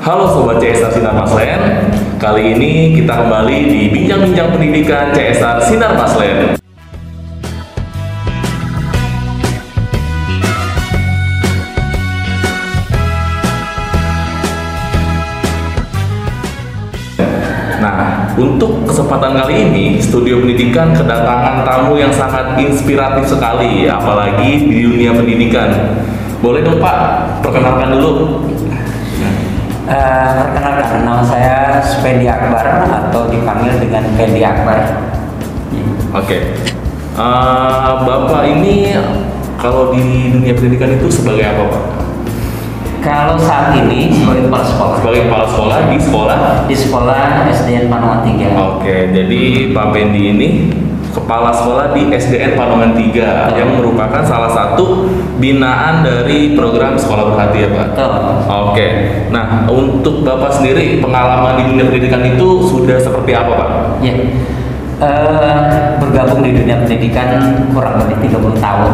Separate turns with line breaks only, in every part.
Halo Sobat CSR Sinar Maslen. Kali ini kita kembali di Bincang-Bincang Pendidikan CSR Sinar Maslen. Nah, untuk kesempatan kali ini, Studio Pendidikan kedatangan tamu yang sangat inspiratif sekali, apalagi di dunia pendidikan. Boleh dong Pak, perkenalkan dulu.
Perkenalkan, nama saya Spendi Akbar atau dipanggil dengan Pendi Akbar.
Oke. Bapak ini kalau di dunia pendidikan itu sebagai apa Pak?
Kalau saat ini sebagai kepala sekolah.
Sebagai kepala sekolah
Di sekolah SDN Panongan 3.
Oke, jadi Pak Pendi ini kepala sekolah di SDN Panongan 3 yang merupakan salah satu binaan dari program Sekolah Berhati ya Pak?
Betul.
Oke, nah untuk Bapak sendiri pengalaman di dunia pendidikan itu sudah seperti apa Pak?
Ya. Bergabung di dunia pendidikan kurang lebih 30 tahun.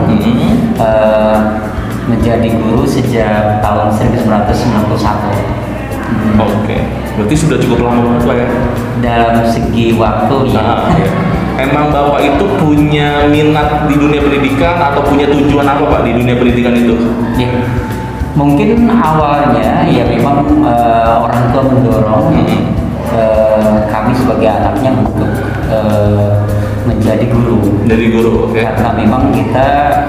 Menjadi guru sejak tahun 1991.
Oke, berarti sudah cukup lama Pak ya?
Dalam segi waktu ya.
Iya. Emang Bapak itu punya minat di dunia pendidikan atau punya tujuan apa Pak di dunia pendidikan itu?
Ya. Mungkin awalnya ya memang orang tua mendorong kami sebagai anaknya untuk menjadi guru.
Dari guru, oke.
Karena memang kita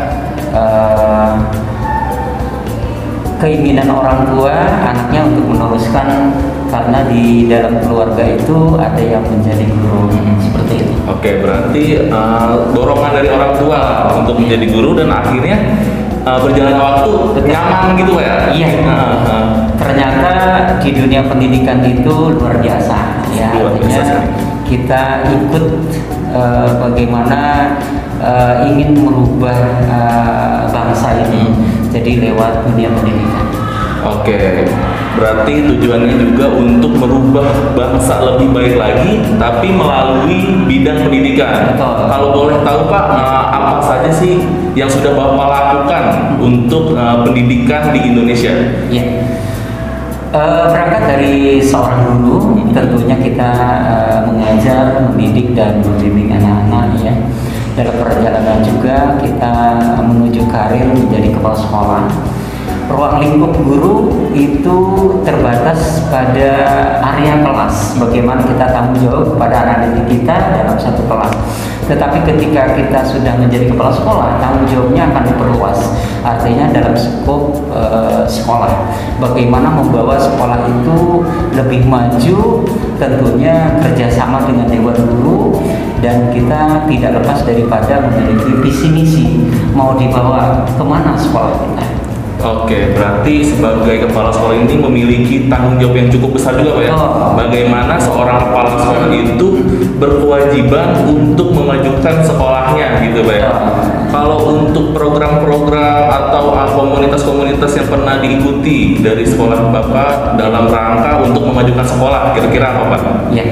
keinginan orang tua anaknya untuk meneruskan, karena di dalam keluarga itu ada yang menjadi guru seperti itu.
Oke, berarti dorongan dari orang tua untuk menjadi guru dan akhirnya berjalan waktu nyaman gitu Pak ya?
Iya. Ternyata di dunia pendidikan itu luar biasa ya. Artinya kita ikut bagaimana ingin merubah bangsa ini jadi lewat dunia pendidikan.
Oke, berarti tujuannya juga untuk merubah bangsa lebih baik lagi, tapi melalui bidang pendidikan.
Betul.
Kalau boleh tahu Pak, apa saja sih yang sudah Bapak lakukan untuk pendidikan di Indonesia?
Ya. Berangkat dari seorang guru, tentunya kita mengajar, mendidik dan membimbing anak-anak ya. Dalam perjalanan juga kita menuju karir menjadi kepala sekolah. Ruang lingkup guru itu terbatas pada area kelas, bagaimana kita tanggung jawab kepada anak didik kita dalam satu kelas. Tetapi ketika kita sudah menjadi kepala sekolah, tanggung jawabnya akan diperluas. Artinya dalam skop sekolah, bagaimana membawa sekolah itu lebih maju, tentunya kerjasama dengan dewan guru, dan kita tidak lepas daripada memiliki visi misi mau dibawa kemana sekolah kita.
Oke, berarti sebagai kepala sekolah ini memiliki tanggung jawab yang cukup besar juga Pak ya? Bagaimana seorang kepala sekolah itu berkewajiban untuk memajukan sekolahnya gitu Pak ya? Kalau untuk program-program atau komunitas-komunitas yang pernah diikuti dari sekolah Bapak dalam rangka untuk memajukan sekolah, kira-kira apa Pak?
Ya.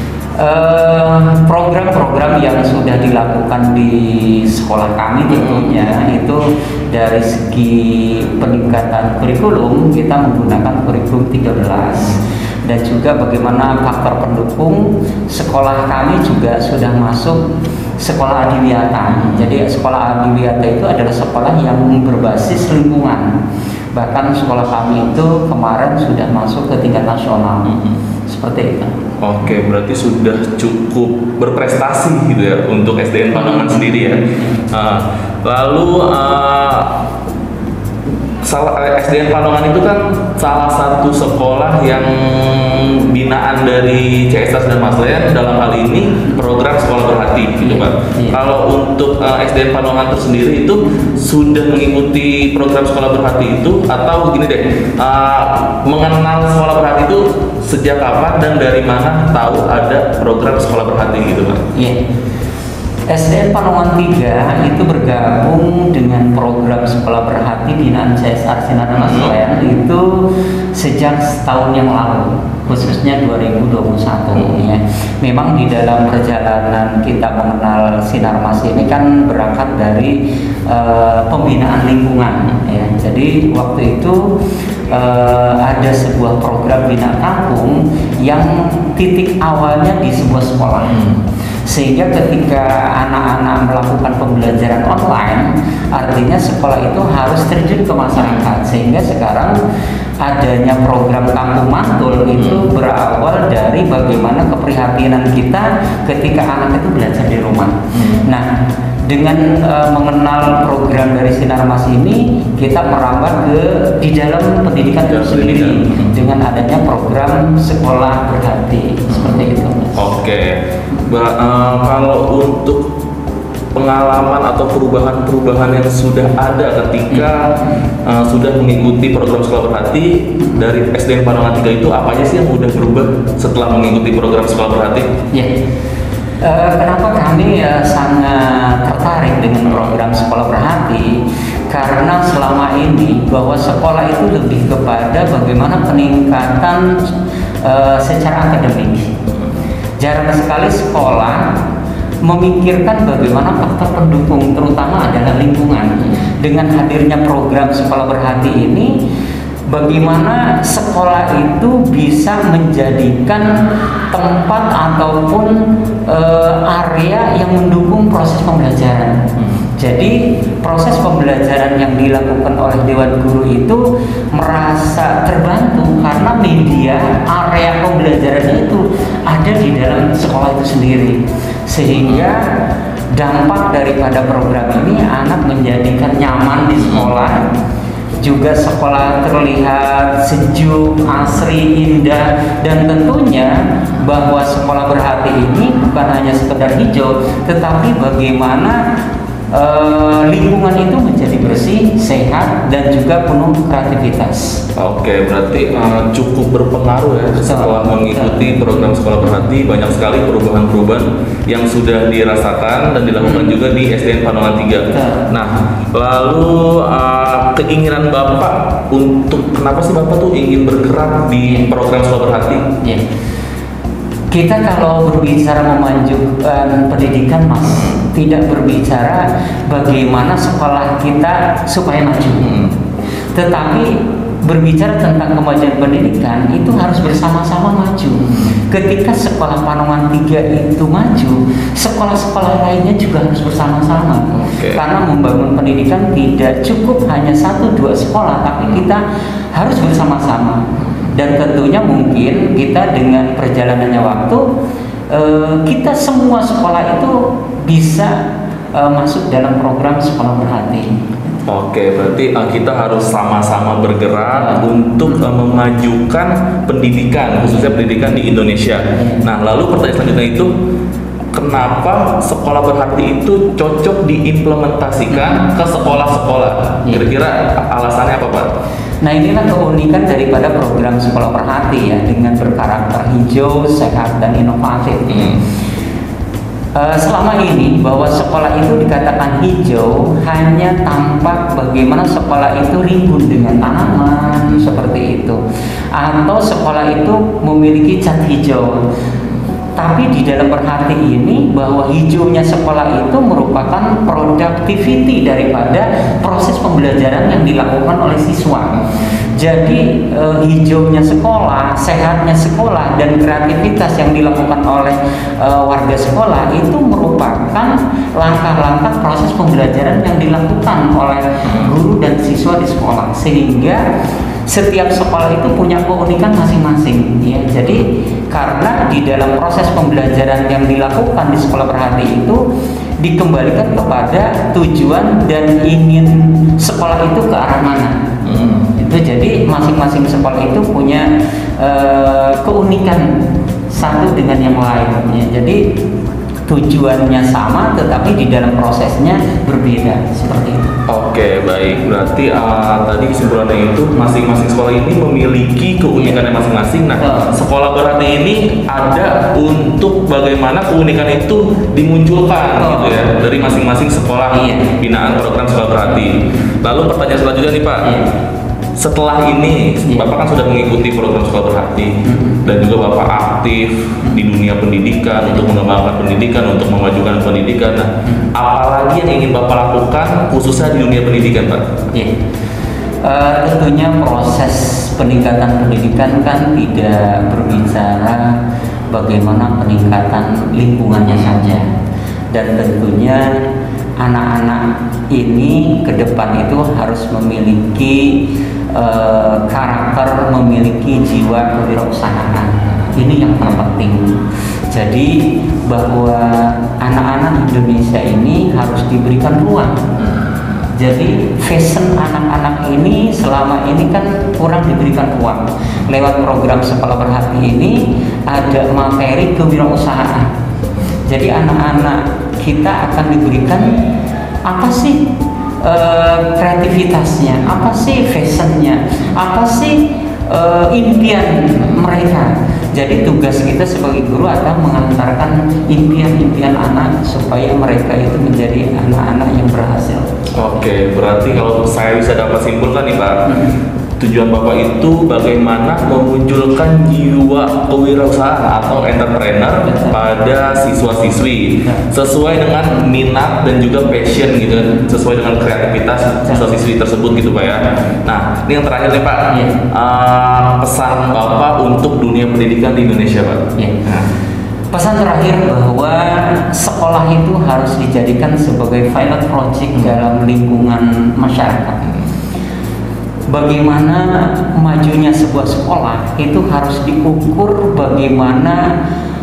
Program-program yang sudah dilakukan di sekolah kami tentunya itu dari segi peningkatan kurikulum kita menggunakan kurikulum 13, dan juga bagaimana faktor pendukung sekolah kami juga sudah masuk sekolah adiwiyata. Jadi sekolah adiwiyata itu adalah sekolah yang berbasis lingkungan. Bahkan sekolah kami itu kemarin sudah masuk ke tingkat nasional. Seperti itu.
Oke, berarti sudah cukup berprestasi gitu ya untuk SDN Panongan sendiri ya. Lalu SDN Panongan itu kan salah satu sekolah yang binaan dari CSR Sinar Maslen, dalam hal ini program Sekolah Berhati gitu Pak. Kalau untuk SDN Panongan tersendiri itu sudah mengikuti program Sekolah Berhati itu, atau gini deh, mengenal Sekolah Berhati itu sejak kapan dan dari mana tahu ada program Sekolah Berhati gitu Pak?
Iya. SDN Panongan 3 itu bergabung dengan program Sekolah Berhati binaan CSR Sinar Maslen itu sejak setahun yang lalu, khususnya 2021 ya. Memang di dalam perjalanan kita mengenal Sinarmas ini kan berangkat dari pembinaan lingkungan ya. Jadi waktu itu ada sebuah program bina kampung yang titik awalnya di sebuah sekolah. Sehingga ketika anak-anak melakukan pembelajaran online, artinya sekolah itu harus terjun ke masyarakat. Sehingga sekarang adanya program Kampung Mantul itu berawal dari bagaimana keprihatinan kita ketika anak itu belajar di rumah. Nah, dengan mengenal program dari Sinarmas ini, kita merambah ke di dalam pendidikan itu sendiri dengan adanya program Sekolah Berhati seperti itu.
Oke. Kalau untuk pengalaman atau perubahan-perubahan yang sudah ada ketika sudah mengikuti program Sekolah Berhati dari SDN Panongan 3 itu, apa aja sih yang udah berubah setelah mengikuti program Sekolah Berhati?
Ya. Kenapa kami sangat tertarik dengan program Sekolah Berhati? Karena selama ini bahwa sekolah itu lebih kepada bagaimana peningkatan secara akademik. Jarang sekali sekolah memikirkan bagaimana faktor pendukung, terutama adalah lingkungan. Dengan hadirnya program Sekolah Berhati ini, bagaimana sekolah itu bisa menjadikan tempat ataupun area yang mendukung proses pembelajaran. Jadi proses pembelajaran yang dilakukan oleh Dewan Guru itu merasa terbantu karena media area pembelajarannya itu ada di dalam sekolah itu sendiri. Sehingga dampak daripada program ini, anak menjadikan nyaman di sekolah, juga sekolah terlihat sejuk, asri, indah, dan tentunya bahwa Sekolah Berhati ini bukan hanya sekedar hijau, tetapi bagaimana lingkungan itu menjadi bersih, sehat, dan juga penuh kreativitas.
Oke, berarti cukup berpengaruh ya setelah mengikuti program Sekolah Berhati. Banyak sekali perubahan-perubahan yang sudah dirasakan dan dilakukan juga di SDN Panongan 3. Nah, lalu keinginan Bapak untuk kenapa sih Bapak tuh ingin bergerak di program Sekolah Berhati?
Kita kalau berbicara memajukan pendidikan, Mas, tidak berbicara bagaimana sekolah kita supaya maju, tetapi berbicara tentang kemajuan pendidikan itu harus bersama-sama maju. Ketika Sekolah Panongan 3 itu maju, sekolah-sekolah lainnya juga harus bersama-sama. Karena membangun pendidikan tidak cukup hanya 1-2 sekolah, tapi kita harus bersama-sama. Dan tentunya mungkin kita dengan perjalanannya waktu, kita semua sekolah itu bisa masuk dalam program Sekolah Berhati.
Oke, berarti kita harus sama-sama bergerak untuk memajukan pendidikan, khususnya pendidikan di Indonesia. Nah, lalu pertanyaan selanjutnya itu, kenapa Sekolah Berhati itu cocok diimplementasikan ke sekolah-sekolah? Kira-kira alasannya apa, Pak?
Nah, inilah keunikan daripada program Sekolah Berhati ya, dengan berkarakter hijau, sehat, dan inovatif. Selama ini bahwa sekolah itu dikatakan hijau hanya tampak bagaimana sekolah itu rimbun dengan tanaman seperti itu, atau sekolah itu memiliki cat hijau. Tapi di dalam Berhati ini bahwa hijaunya sekolah itu merupakan productivity daripada proses pembelajaran yang dilakukan oleh siswa. Jadi hijaunya sekolah, sehatnya sekolah, dan kreativitas yang dilakukan oleh warga sekolah itu merupakan langkah-langkah proses pembelajaran yang dilakukan oleh guru dan siswa di sekolah. Sehingga setiap sekolah itu punya keunikan masing-masing ya. Jadi karena di dalam proses pembelajaran yang dilakukan di Sekolah Berhati itu dikembalikan kepada tujuan dan ingin sekolah itu ke arah mana. Itu jadi masing-masing sekolah itu punya keunikan satu dengan yang lain ya. Jadi tujuannya sama tetapi di dalam prosesnya berbeda seperti itu.
Oke, baik. Berarti tadi kesimpulannya itu masing-masing sekolah ini memiliki keunikannya masing-masing. Nah, Sekolah Berhati ini ada untuk bagaimana keunikan itu dimunculkan gitu ya dari masing-masing sekolah binaan program Sekolah Berhati. Lalu pertanyaan selanjutnya nih, Pak. setelah ini Bapak kan sudah mengikuti program Sekolah Berhati dan juga Bapak aktif di dunia pendidikan untuk mengembangkan pendidikan, untuk memajukan pendidikan. Nah, apalagi yang ingin Bapak lakukan khususnya di dunia pendidikan, Pak?
Tentunya proses peningkatan pendidikan kan tidak berbicara bagaimana peningkatan lingkungannya saja, dan tentunya anak-anak ini ke depan itu harus memiliki karakter, memiliki jiwa kewirausahaan. Ini yang terpenting. Jadi bahwa anak-anak Indonesia ini harus diberikan ruang. Jadi fashion anak-anak ini selama ini kan kurang diberikan ruang. Lewat program Sekolah Berhati ini ada materi kewirausahaan. Jadi anak-anak kita akan diberikan apa sih kreativitasnya, apa sih fashionnya, apa sih impian mereka. Jadi tugas kita sebagai guru adalah mengantarkan impian-impian anak supaya mereka itu menjadi anak-anak yang berhasil.
Oke, berarti kalau saya bisa dapat simpulkan nih Pak, tujuan Bapak itu bagaimana memunculkan jiwa kewirausahaan atau entrepreneur pada siswa-siswi sesuai dengan minat dan juga passion gitu, sesuai dengan kreativitas siswa-siswi tersebut gitu Pak ya. Nah, ini yang terakhir nih Pak, pesan Bapak untuk dunia pendidikan di Indonesia Pak.
Pesan terakhir bahwa sekolah itu harus dijadikan sebagai pilot project dalam lingkungan masyarakat. Bagaimana majunya sebuah sekolah itu harus diukur bagaimana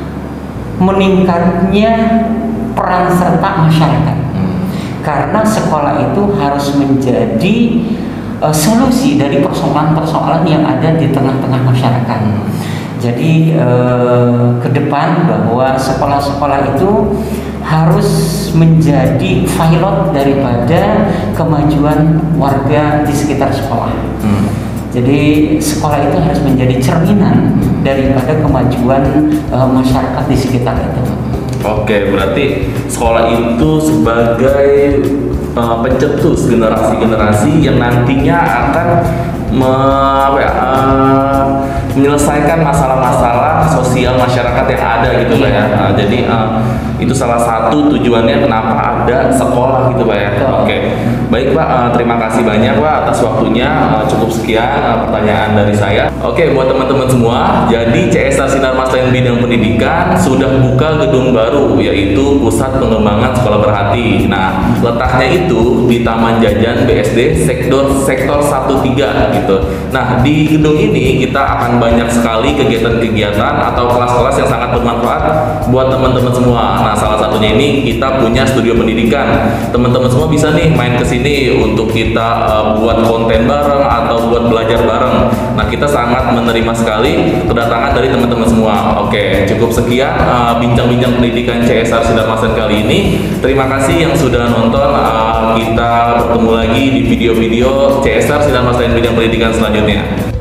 meningkatnya peran serta masyarakat. Karena sekolah itu harus menjadi solusi dari persoalan-persoalan yang ada di tengah-tengah masyarakat. Jadi ke depan bahwa sekolah-sekolah itu harus menjadi pilot daripada kemajuan warga di sekitar sekolah. Jadi sekolah itu harus menjadi cerminan daripada kemajuan masyarakat di sekitar itu.
Oke, berarti sekolah itu sebagai pencetus generasi-generasi yang nantinya akan menyelesaikan masalah-masalah sosial masyarakat yang ada gitu Pak ya. Jadi itu salah satu tujuannya kenapa ada sekolah gitu Pak ya. Oke. Baik Pak, terima kasih banyak Pak atas waktunya. Cukup sekian pertanyaan dari saya. Oke, buat teman-teman semua, jadi CSR Sinar Mas Lain Bidang Pendidikan sudah buka gedung baru, yaitu Pusat Pengembangan Sekolah Berhati. Nah, letaknya itu di Taman Jajan BSD sektor 13 gitu. Nah, di gedung ini kita akan banyak sekali kegiatan-kegiatan atau kelas-kelas yang sangat bermanfaat buat teman-teman semua. Nah, salah satunya ini kita punya studio pendidikan. Teman-teman semua bisa nih main ke sini untuk kita buat konten bareng atau buat belajar bareng. Nah, kita sangat menerima sekali kedatangan dari teman-teman semua. Oke, cukup sekian bincang-bincang pendidikan CSR Sinar Mas Lain kali ini. Terima kasih yang sudah nonton. Kita bertemu lagi di video-video CSR Sinar Mas Lain Bidang Pendidikan selanjutnya.